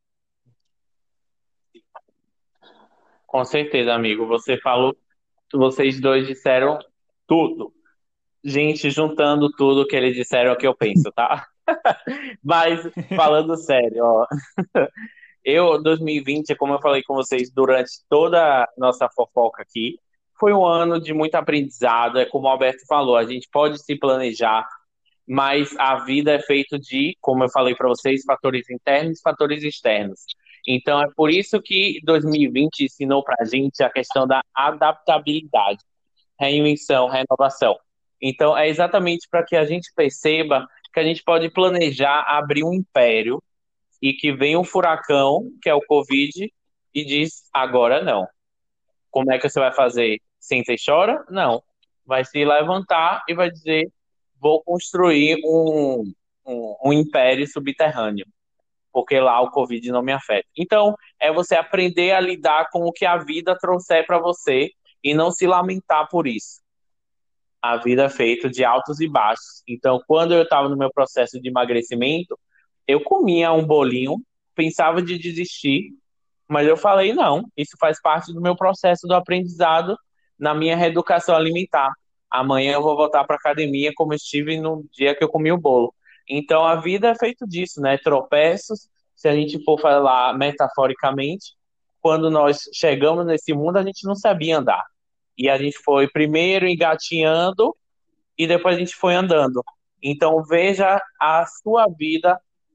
[SPEAKER 1] com certeza, amigo, você falou, vocês dois disseram tudo. Gente, juntando tudo que eles disseram é o que eu penso, tá? Mas, falando sério, ó, eu, dois mil e vinte, como eu falei com vocês durante toda a nossa fofoca aqui, foi um ano de muito aprendizado. É como o Alberto falou, a gente pode se planejar, mas a vida é feita de, como eu falei para vocês, fatores internos e fatores externos. Então é por isso que dois mil e vinte ensinou para a gente a questão da adaptabilidade, reinvenção, renovação. Então é exatamente para que a gente perceba que a gente pode planejar abrir um império e que vem um furacão, que é o Covid, e diz agora não. Como é que você vai fazer? Senta e chora? Não. Vai se levantar e vai dizer: vou construir um, um, um império subterrâneo, porque lá o Covid não me afeta. Então, é você aprender a lidar com o que a vida trouxer para você e não se lamentar por isso. A vida é feita de altos e baixos. Então, quando eu estava no meu processo de emagrecimento, eu comia um bolinho, pensava de desistir, mas eu falei, não, isso faz parte do meu processo do aprendizado na minha reeducação alimentar. Amanhã eu vou voltar para a academia como eu estive no dia que eu comi o bolo. Então a vida é feito disso, né? Tropeços, se a gente for falar metaforicamente, quando nós chegamos nesse mundo, a gente não sabia andar. E a gente foi primeiro engatinhando e depois a gente foi andando. Então veja a sua vida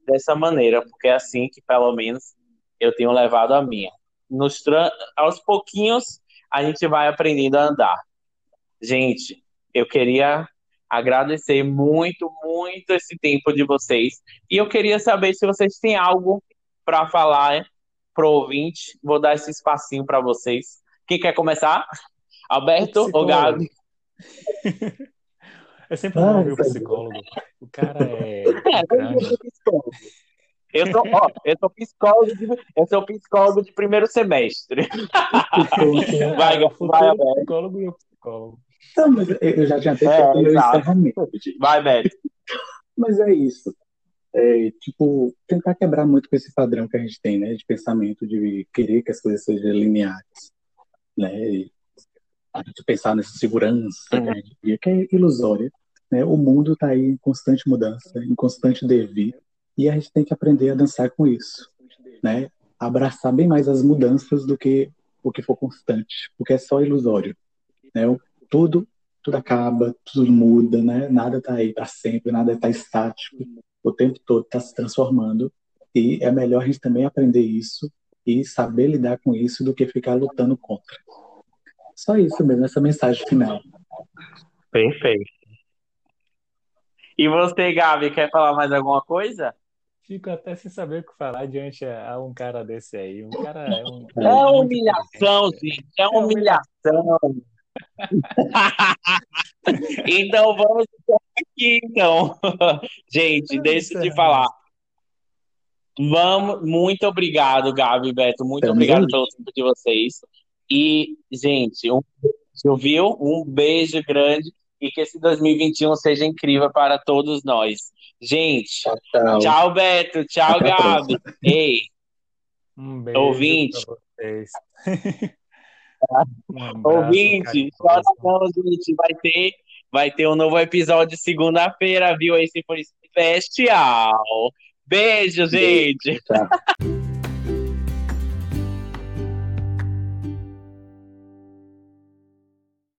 [SPEAKER 1] dessa maneira, porque é assim que, pelo menos, eu tenho levado a minha. Nos tra... Aos pouquinhos, a gente vai aprendendo a andar. Gente, eu queria agradecer muito, muito esse tempo de vocês. E eu queria saber se vocês têm algo para falar pro ouvinte. Vou dar esse espacinho para vocês. Quem quer começar?
[SPEAKER 3] O
[SPEAKER 1] Alberto ou
[SPEAKER 3] psicólogo.
[SPEAKER 1] Gabi?
[SPEAKER 3] É sempre bom
[SPEAKER 2] Ah,
[SPEAKER 3] ouvir o
[SPEAKER 2] isso é
[SPEAKER 3] psicólogo. O cara é
[SPEAKER 1] É,
[SPEAKER 3] um
[SPEAKER 1] eu
[SPEAKER 3] crânio.
[SPEAKER 1] sou psicólogo. Eu sou, ó, eu sou psicólogo de, eu sou psicólogo de primeiro semestre.
[SPEAKER 2] bom.
[SPEAKER 1] Vai,
[SPEAKER 3] Ah, o
[SPEAKER 1] Gabi, vai,
[SPEAKER 3] futuro
[SPEAKER 1] Alberto.
[SPEAKER 3] psicólogo e o psicólogo.
[SPEAKER 2] Não, mas eu eu já tinha até feito o
[SPEAKER 1] É,
[SPEAKER 2] meu
[SPEAKER 1] exato.
[SPEAKER 2] encerramento, gente.
[SPEAKER 1] Vai, Beto.
[SPEAKER 2] Mas é isso. É, tipo, tentar quebrar muito com esse padrão que a gente tem, né? De pensamento, de querer que as coisas sejam lineares, né? E a gente pensar nessa segurança que a
[SPEAKER 1] Uhum.
[SPEAKER 2] gente via, que é ilusória, né? O mundo está aí em constante mudança, em constante devir, e a gente tem que aprender a dançar com isso, né? Abraçar bem mais as mudanças do que o que for constante, porque é só ilusório, né? O- Tudo, tudo acaba, tudo muda, né? Nada está aí para sempre, nada está estático, o tempo todo está se transformando, e é melhor a gente também aprender isso e saber lidar com isso do que ficar lutando contra. Só isso mesmo, essa mensagem final.
[SPEAKER 1] Perfeito. E você, Gabi, quer falar mais alguma coisa?
[SPEAKER 3] Fico até sem saber o que falar diante a um cara desse aí. Um cara é um
[SPEAKER 1] É
[SPEAKER 2] É,
[SPEAKER 3] muito inteligente.
[SPEAKER 1] humilhação, gente. É
[SPEAKER 3] É humilhação.
[SPEAKER 1] humilhação. Então vamos aqui, então. Gente,
[SPEAKER 3] Vamos
[SPEAKER 1] deixa eu te
[SPEAKER 3] encerrar.
[SPEAKER 1] falar. Vamos, muito obrigado, Gabi e Beto. Muito
[SPEAKER 2] estamos
[SPEAKER 1] obrigado
[SPEAKER 2] aí.
[SPEAKER 1] pelo tempo de vocês. E, gente, um beijo, viu? Um beijo grande e que esse dois mil e vinte e um seja incrível para todos nós. Gente,
[SPEAKER 2] Tchau, tchau.
[SPEAKER 1] tchau, Beto. Tchau,
[SPEAKER 2] Até a
[SPEAKER 1] Gabi.
[SPEAKER 2] próxima.
[SPEAKER 1] Ei,
[SPEAKER 3] Um beijo
[SPEAKER 1] ouvinte,
[SPEAKER 3] para vocês. Um abraço
[SPEAKER 1] ouvinte, chora
[SPEAKER 3] carinhoso.
[SPEAKER 1] não, gente. Vai ter, vai ter um novo episódio segunda-feira, viu? Esse foi especial. Beijo,
[SPEAKER 2] Beijo,
[SPEAKER 1] gente.
[SPEAKER 2] tchau.